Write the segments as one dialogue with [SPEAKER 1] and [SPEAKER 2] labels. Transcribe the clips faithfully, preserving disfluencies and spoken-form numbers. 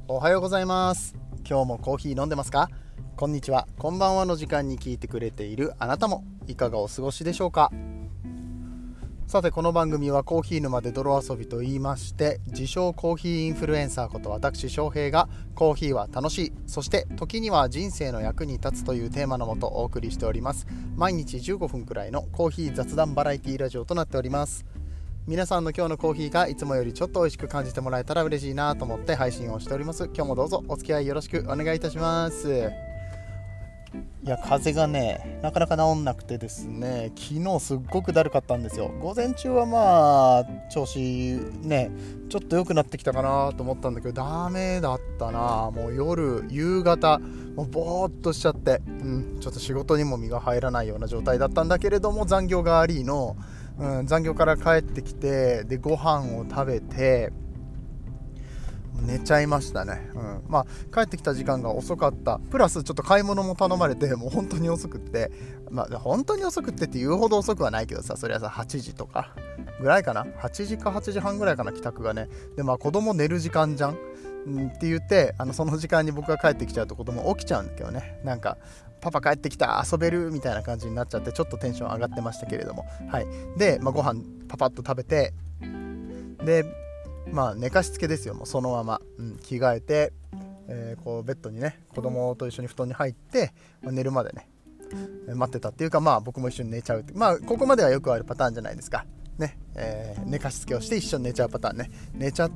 [SPEAKER 1] おはようございます。今日もコーヒー飲んでますか？こんにちは、こんばんはの時間に聞いてくれているあなたもいかがお過ごしでしょうか？さて、この番組はコーヒー沼で泥遊びと言いまして、自称コーヒーインフルエンサーこと私翔平がコーヒーは楽しい、そして時には人生の役に立つというテーマのもとお送りしております。毎日じゅうごふんくらいのコーヒー雑談バラエティラジオとなっております。皆さんの今日のコーヒーがいつもよりちょっと美味しく感じてもらえたら嬉しいなと思って配信をしております。今日もどうぞお付き合いよろしくお願いいたします。いや、風邪がねなかなか治んなくてですね、昨日すっごくだるかったんですよ。午前中はまあ調子ねちょっと良くなってきたかなと思ったんだけど、ダメだったな。もう夜夕方もうぼーっとしちゃって、うん、ちょっと仕事にも身が入らないような状態だったんだけれども、残業がありのうん、残業から帰ってきて、でご飯を食べて寝ちゃいましたね、うん、まあ帰ってきた時間が遅かった、プラスちょっと買い物も頼まれて、もう本当に遅くって、まあ本当に遅くってって言うほど遅くはないけどさ、それはさはちじとかぐらいかな、はちじかはちじはんぐらいかな、帰宅がね。でまあ子供寝る時間じゃん、うん、って言って、あのその時間に僕が帰ってきちゃうと子供起きちゃうんだけどね、なんかパパ帰ってきた遊べるみたいな感じになっちゃって、ちょっとテンション上がってましたけれども、はい。で、まあ、ご飯パパッと食べて、でまあ寝かしつけですよ、もうそのまま、うん、着替えて、えー、こうベッドにね子供と一緒に布団に入って、まあ、寝るまでね待ってたっていうか、まあ僕も一緒に寝ちゃうって、まあここまではよくあるパターンじゃないですかね、えー、寝かしつけをして一緒に寝ちゃうパターンね。寝ちゃって、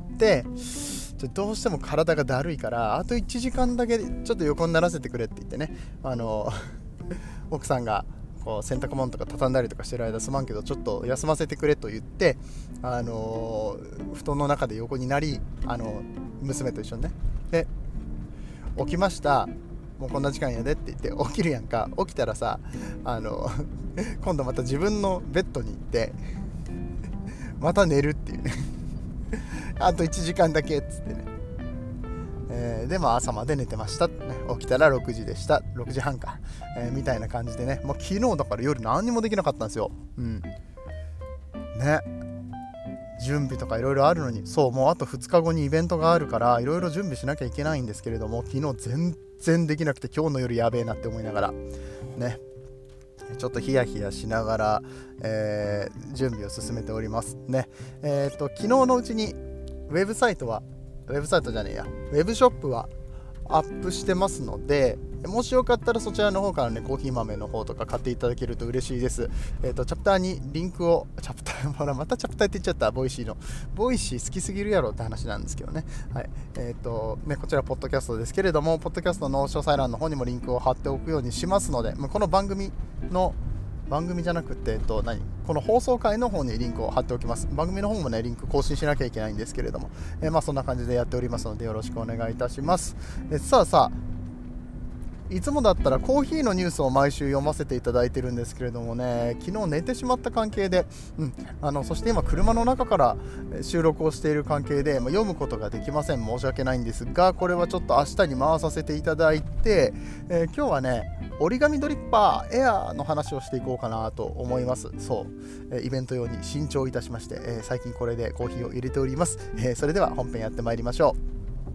[SPEAKER 1] ちょどうしても体がだるいから、あといちじかんだけちょっと横にならせてくれって言ってね、あの奥さんがこう洗濯物とか畳んだりとかしてる間すまんけどちょっと休ませてくれと言って、あのー、布団の中で横になり、あのー、娘と一緒にね、で起きました、もうこんな時間やでって言って起きるやんか。起きたらさ、あのー、今度また自分のベッドに行ってまた寝るっていうねあといちじかんだけっつってね、えー、でも朝まで寝てました、ね、起きたらろくじでした、ろくじはんか、えー、みたいな感じでね、もう昨日だから夜何にもできなかったんですよ。うんね、準備とかいろいろあるのに、そうもうあとふつかごにイベントがあるからいろいろ準備しなきゃいけないんですけれども、昨日全然できなくて、今日の夜やべえなって思いながらね、ちょっとヒヤヒヤしながら、えー、準備を進めておりますね。えー、っと昨日のうちにウェブサイトはウェブサイトじゃねえやウェブショップはアップしてますので、もしよかったらそちらの方からねコーヒー豆の方とか買っていただけると嬉しいです。えっとチャプターにリンクをチャプターほらまたチャプターって言っちゃった、ボイシーのボイシー好きすぎるやろって話なんですけどね。はい。えっとねこちらポッドキャストですけれども、ポッドキャストの詳細欄の方にもリンクを貼っておくようにしますので、この番組の番組じゃなくて、えっと、何この放送回の方にリンクを貼っておきます。番組の方もねリンク更新しなきゃいけないんですけれども、えー、まあそんな感じでやっておりますのでよろしくお願いいたします。えさあさあ、いつもだったらコーヒーのニュースを毎週読ませていただいてるんですけれどもね、昨日寝てしまった関係で、うん、あのそして今車の中から収録をしている関係で、まあ、読むことができません。申し訳ないんですが、これはちょっと明日に回させていただいて、えー、今日はね折り紙ドリッパーエアーの話をしていこうかなと思います。そう、えー、イベント用に新調いたしまして、えー、最近これでコーヒーを入れております。えー、それでは本編やってまいりましょ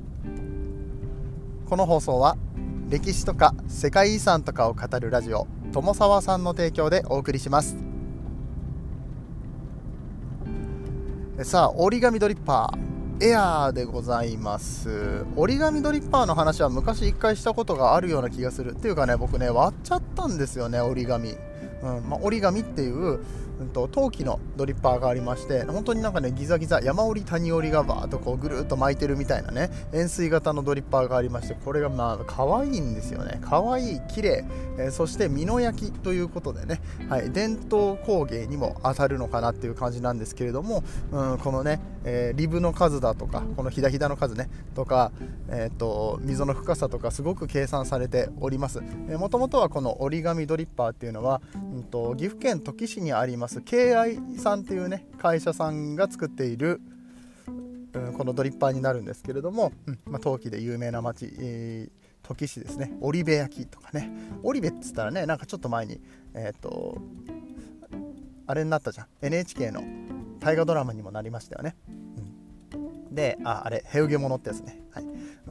[SPEAKER 1] う。この放送は歴史とか世界遺産とかを語るラジオ友沢さんの提供でお送りします。さあ、折り紙ドリッパーエアーでございます。折り紙ドリッパーの話は昔一回したことがあるような気がする。っていうかね、僕ね割っちゃったんですよね、折り紙。うんまあ、折り紙っていう、うん、と陶器のドリッパーがありまして、本当になんかねギザギザ山折り谷折りがバーっとこうぐるっと巻いてるみたいなね円錐型のドリッパーがありまして、これがまあ可愛いんですよね。可愛い、綺麗、えー、そして美濃焼きということでね、はい、伝統工芸にも当たるのかなっていう感じなんですけれども、うん、このね、えー、リブの数だとかこのひだひだの数ねとか、えー、と溝の深さとかすごく計算されております。もともとはこの折り紙ドリッパーっていうのは、うん、と岐阜県土岐市にあります ケーアイ さんっていうね会社さんが作っている、うん、このドリッパーになるんですけれども、うんまあ、陶器で有名な町、えー、土岐市ですね。織部焼きとかね、織部って言ったらね、なんかちょっと前にえっ、ー、とあれになったじゃん、 エヌエイチケー の大河ドラマにもなりましたよね。うん、でああれヘウゲモノってやつね、はい。うん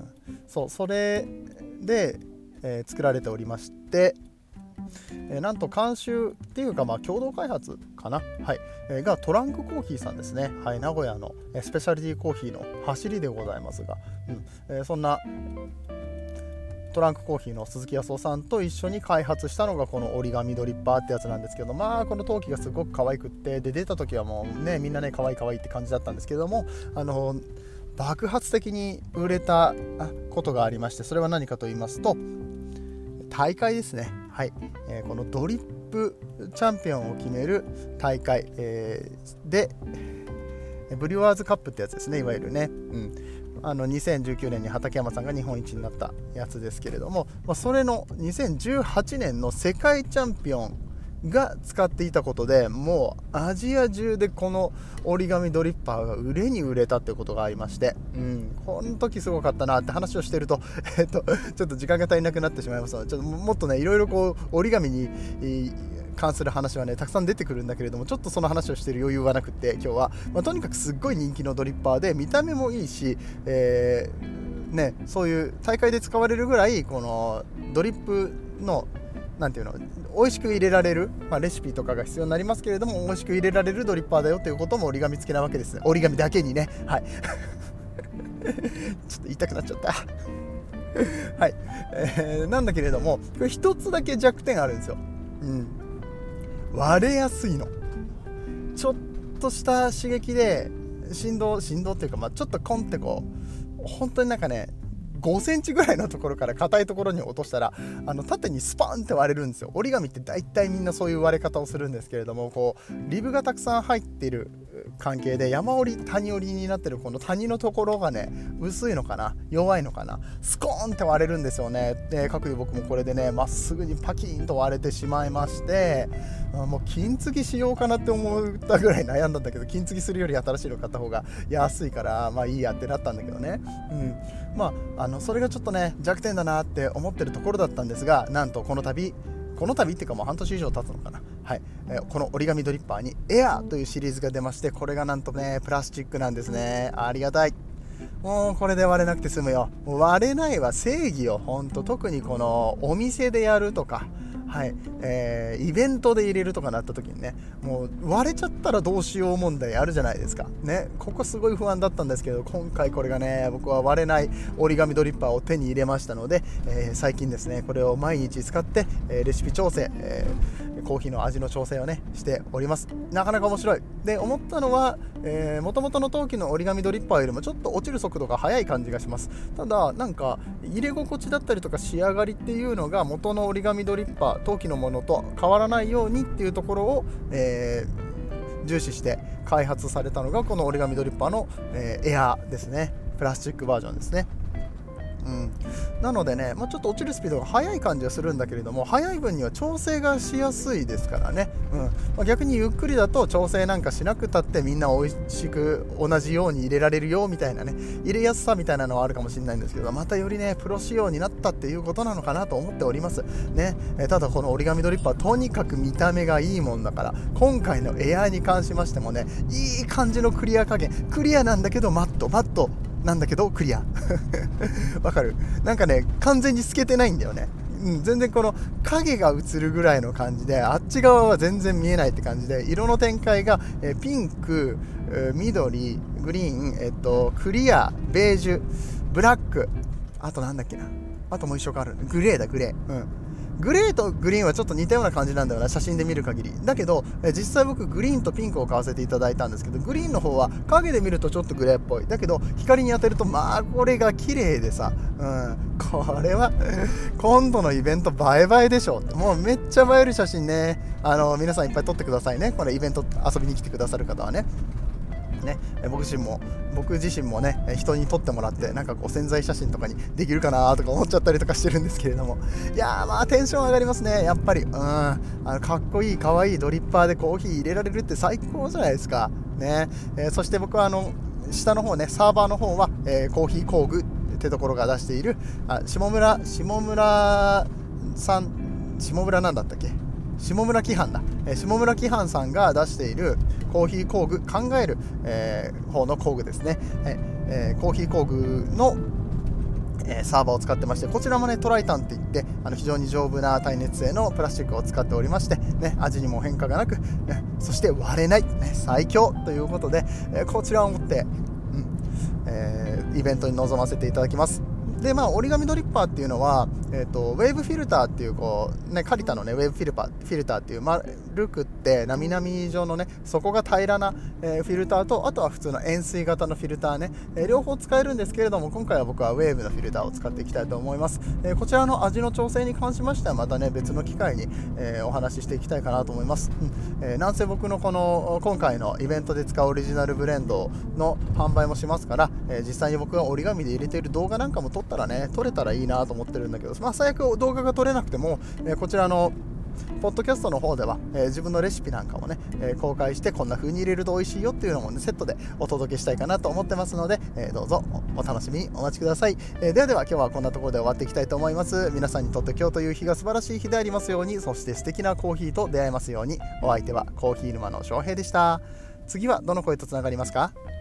[SPEAKER 1] そうそれで、えー作られておりまして、えーなんと監修っていうか、まあ、共同開発かな、はいえーがトランクコーヒーさんですね、はい、名古屋のえースペシャリティコーヒーの走りでございますが、うんえーそんなトランクコーヒーの鈴木康夫さんと一緒に開発したのがこの折り紙ドリッパーってやつなんですけど、まあこの陶器がすごく可愛くって、で出た時はもうねみんなね可愛い可愛いって感じだったんですけども、あの爆発的に売れたことがありまして、それは何かと言いますと大会ですね。はい、えーこのドリップチャンピオンを決める大会、えーでブリュワーズカップってやつですね、いわゆるね、うん、あのにせんじゅうきゅうねんに畠山さんが日本一になったやつですけれども、まあ、それのにせんじゅうはちねんの世界チャンピオンが使っていたことで、もうアジア中でこの折り紙ドリッパーが売れに売れたっていうことがありまして、うん、この時すごかったなって話をしてると、えっと、ちょっと時間が足りなくなってしまいますので、ちょっともっとねいろいろこう折り紙に、えー関する話はねたくさん出てくるんだけれども、ちょっとその話をしている余裕はなくて今日は、まあ、とにかくすっごい人気のドリッパーで見た目もいいし、えーね、そういう大会で使われるぐらいこのドリップのなんていうの美味しく入れられる、まあ、レシピとかが必要になりますけれども美味しく入れられるドリッパーだよということも折り紙付きなわけです。折り紙だけにね、はいちょっと言いたくなっちゃったはい、えー、なんだけれどもこれ一つだけ弱点あるんですよ。うん割れやすいの。ちょっとした刺激で振動振動っていうか、まあ、ちょっとコンってこう本当になんかねごセンチぐらいのところから硬いところに落としたらあの縦にスパンって割れるんですよ。折り紙って大体みんなそういう割れ方をするんですけれども、こうリブがたくさん入っている関係で山折り谷折りになってるこの谷のところがね薄いのかな弱いのかなスコーンって割れるんですよね。で各有僕もこれでねまっすぐにパキーンと割れてしまいまして、もう金継ぎしようかなって思ったぐらい悩んだんだけど、金継ぎするより新しいの買った方が安いからまあいいやってなったんだけどね、うん、まああのそれがちょっとね弱点だなって思ってるところだったんですが、なんとこの度この度っていうかもう半年以上経つのかな、はい、えーこの折り紙ドリッパーにエアーというシリーズが出まして、これがなんとねプラスチックなんですね。ありがたい。もうこれで割れなくて済むよ。もう割れないは正義よほんと。特にこのお店でやるとか、はいえー、イベントで入れるとかなった時にね、もう割れちゃったらどうしよう問題あるじゃないですかね。ここすごい不安だったんですけど、今回これがね僕は割れない折り紙ドリッパーを手に入れましたので、えー、最近ですねこれを毎日使って、えー、レシピ調整、えーコーヒーの味の調整をねしております。なかなか面白いで思ったのは、えー、元々の陶器の折り紙ドリッパーよりもちょっと落ちる速度が速い感じがします。ただなんか入れ心地だったりとか仕上がりっていうのが元の折り紙ドリッパー陶器のものと変わらないようにっていうところを、えー、重視して開発されたのがこの折り紙ドリッパーの、えー、エアーですね。プラスチックバージョンですね。うん、なのでね、まあ、ちょっと落ちるスピードが速い感じはするんだけれども、速い分には調整がしやすいですからね、うんまあ、逆にゆっくりだと調整なんかしなくたってみんな美味しく同じように入れられるよみたいなね、入れやすさみたいなのはあるかもしれないんですけど、またよりねプロ仕様になったっていうことなのかなと思っておりますね。えただこの折り紙ドリッパーとにかく見た目がいいもんだから、今回のエアーに関しましてもねいい感じのクリア加減、クリアなんだけどマットマットなんだけどクリアわかる？なんかね完全に透けてないんだよね、うん、全然この影が映るぐらいの感じで、あっち側は全然見えないって感じで、色の展開が、えー、ピンク、えー、緑、グリーン、えっと、クリア、ベージュ、ブラック、あとなんだっけな、あともう一色ある、グレーだグレー、うんグレーとグリーンはちょっと似たような感じなんだよな、写真で見る限りだけど、え実際僕グリーンとピンクを買わせていただいたんですけど、グリーンの方は影で見るとちょっとグレーっぽいだけど、光に当てるとまあこれが綺麗でさ、うん、これは今度のイベント映え映えでしょ。もうめっちゃ映える写真ね、あの皆さんいっぱい撮ってくださいね。これイベント遊びに来てくださる方はねね、僕自身も僕自身もね人に撮ってもらってなんかこう宣材写真とかにできるかなとか思っちゃったりとかしてるんですけれども、いやーまあテンション上がりますねやっぱり。うんあのかっこいいかわいいドリッパーでコーヒー入れられるって最高じゃないですかね。えー、そして僕はあの下の方ねサーバーの方は、えー、コーヒー工具ってところが出しているあ下村下村さん下村なんだったっけ下村規範だ、えー、下村規範さんが出しているコーヒー工具考える、えー、方の工具ですね、えー、コーヒー工具のえー、サーバーを使ってまして、こちらもねトライタンっていってあの非常に丈夫な耐熱性のプラスチックを使っておりまして、ね、味にも変化がなく、ね、そして割れない、ね、最強ということで、えー、こちらを持って、うんえー、イベントに臨ませていただきます。でまあ、折り紙ドリッパーっていうのは、えー、とウェーブフィルターっていうこう、ね、カリタの、ね、ウェーブフィルパーフィルターっていう丸くってなみなみ状の、ね、底が平らな、えー、フィルターと、あとは普通の円錐型のフィルターね、えー、両方使えるんですけれども、今回は僕はウェーブのフィルターを使っていきたいと思います。えー、こちらの味の調整に関しましてはまたね別の機会に、えー、お話ししていきたいかなと思います。うんえー、なんせ僕のこの今回のイベントで使うオリジナルブレンドの販売もしますから、えー、実際に僕が折り紙で入れている動画なんかも撮ったらね撮れたらいいなと思ってるんだけど、まあ、最悪動画が撮れなくても、えー、こちらのポッドキャストの方では、えー、自分のレシピなんかもね、えー、公開してこんな風に入れると美味しいよっていうのも、ね、セットでお届けしたいかなと思ってますので、えー、どうぞ お, お楽しみにお待ちください。えー、ではでは今日はこんなところで終わっていきたいと思います。皆さんにとって今日という日が素晴らしい日でありますように、そして素敵なコーヒーと出会えますように。お相手はコーヒー沼の翔平でした。次はどの声とつながりますか？